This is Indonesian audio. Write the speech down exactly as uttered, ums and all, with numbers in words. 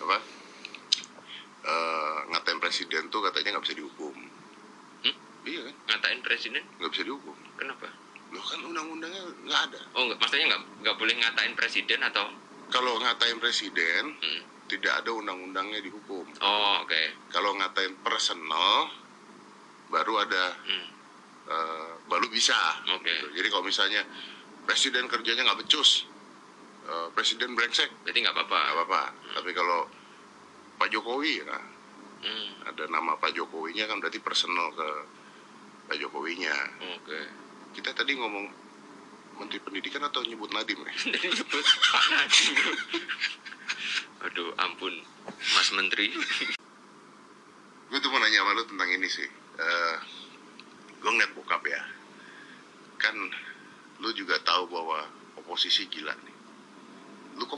apa uh, ngatain presiden tuh katanya nggak bisa dihukum. Hmm? Iya kan? Ngatain presiden? Nggak bisa dihukum. Kenapa? Loh kan undang-undangnya nggak ada. Oh, enggak, maksudnya nggak nggak boleh ngatain presiden atau? Kalau ngatain presiden, hmm. tidak ada undang-undangnya dihukum. Oh, oke. Okay. Kalau ngatain personal, baru ada, hmm. uh, baru bisa. Oke. Okay. Gitu. Jadi kalau misalnya presiden kerjanya nggak becus, uh, presiden brengsek, berarti nggak apa-apa. Nggak apa-apa. Hmm. Tapi kalau Pak Jokowi, nah, hmm. ada nama Pak Jokowinya kan berarti personal ke Pak Jokowinya. Oke. Okay. Kita tadi ngomong Menteri Pendidikan atau nyebut Nadiem ya? Nyebut Pak Nadiem. Aduh, ampun, Mas Menteri. Gue tuh mau nanya sama lu tentang ini sih. Uh, gue ngeliat bokap ya. Kan lu juga tahu bahwa oposisi gila.